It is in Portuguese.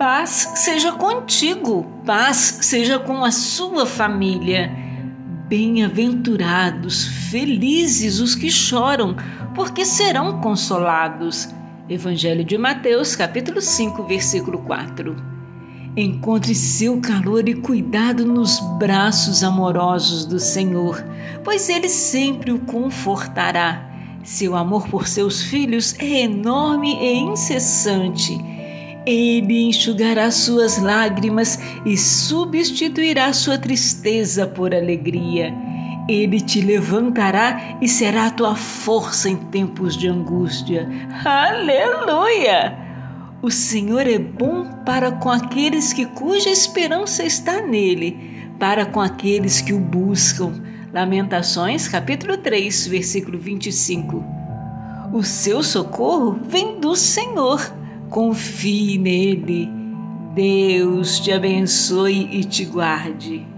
Paz seja contigo, paz seja com a sua família. Bem-aventurados, felizes os que choram, porque serão consolados. Evangelho de Mateus, capítulo 5, versículo 4. Encontre seu calor e cuidado nos braços amorosos do Senhor, pois Ele sempre o confortará. Seu amor por seus filhos é enorme e incessante. Ele enxugará suas lágrimas e substituirá sua tristeza por alegria. Ele te levantará e será a tua força em tempos de angústia. Aleluia! O Senhor é bom para com aqueles cuja esperança está nele, para com aqueles que o buscam. Lamentações, capítulo 3, versículo 25. O seu socorro vem do Senhor. Confie nele. Deus te abençoe e te guarde.